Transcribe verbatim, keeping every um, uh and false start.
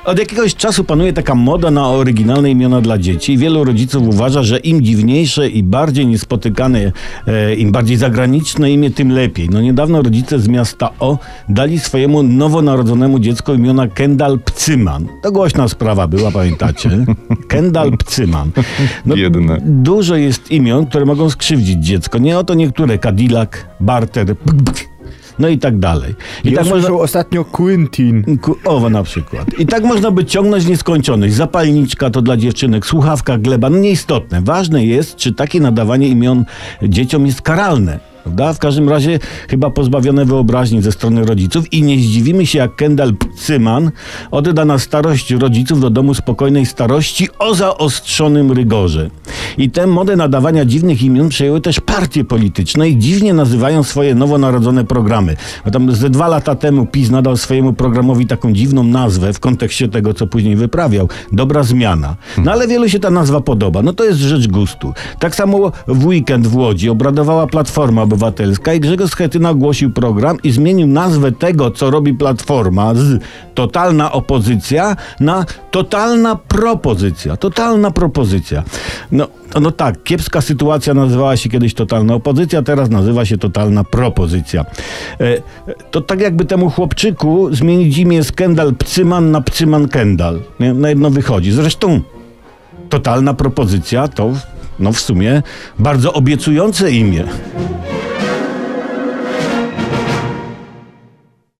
Od jakiegoś czasu panuje taka moda na oryginalne imiona dla dzieci i wielu rodziców uważa, że im dziwniejsze i bardziej niespotykane, e, im bardziej zagraniczne imię, tym lepiej. No niedawno rodzice z miasta O dali swojemu nowonarodzonemu dziecku imiona Kendall Pcyman. To głośna sprawa była, pamiętacie? Kendall Pcyman. No, Biedne. Dużo jest imion, które mogą skrzywdzić dziecko. Nie oto niektóre. Cadillac, Barter, bk, bk. No i tak dalej. I Ja tak słyszał można... ostatnio Quentin. Ku- Owo na przykład. I tak można by ciągnąć nieskończoność. Zapalniczka to dla dziewczynek, słuchawka, gleba. No nieistotne. Ważne jest, czy takie nadawanie imion dzieciom jest karalne. Prawda? W każdym razie chyba pozbawione wyobraźni ze strony rodziców i nie zdziwimy się, jak Kendall Pcyman odda na starość rodziców do domu spokojnej starości o zaostrzonym rygorze. I tę modę nadawania dziwnych imion przejęły też partie polityczne i dziwnie nazywają swoje nowonarodzone programy. Bo tam ze dwa lata temu PiS nadał swojemu programowi taką dziwną nazwę w kontekście tego, co później wyprawiał. Dobra zmiana. No ale wielu się ta nazwa podoba. No to jest rzecz gustu. Tak samo w weekend w Łodzi obradowała Platforma Obywatelska i Grzegorz Schetyna ogłosił program i zmienił nazwę tego, co robi Platforma z totalna opozycja na totalna propozycja. Totalna propozycja. No, no tak, kiepska sytuacja nazywała się kiedyś totalna opozycja, teraz nazywa się totalna propozycja. E, to tak jakby temu chłopczyku zmienić imię z Kendall Pcyman na Pcyman Kendall. Nie? Na jedno wychodzi. Zresztą totalna propozycja to no w sumie bardzo obiecujące imię.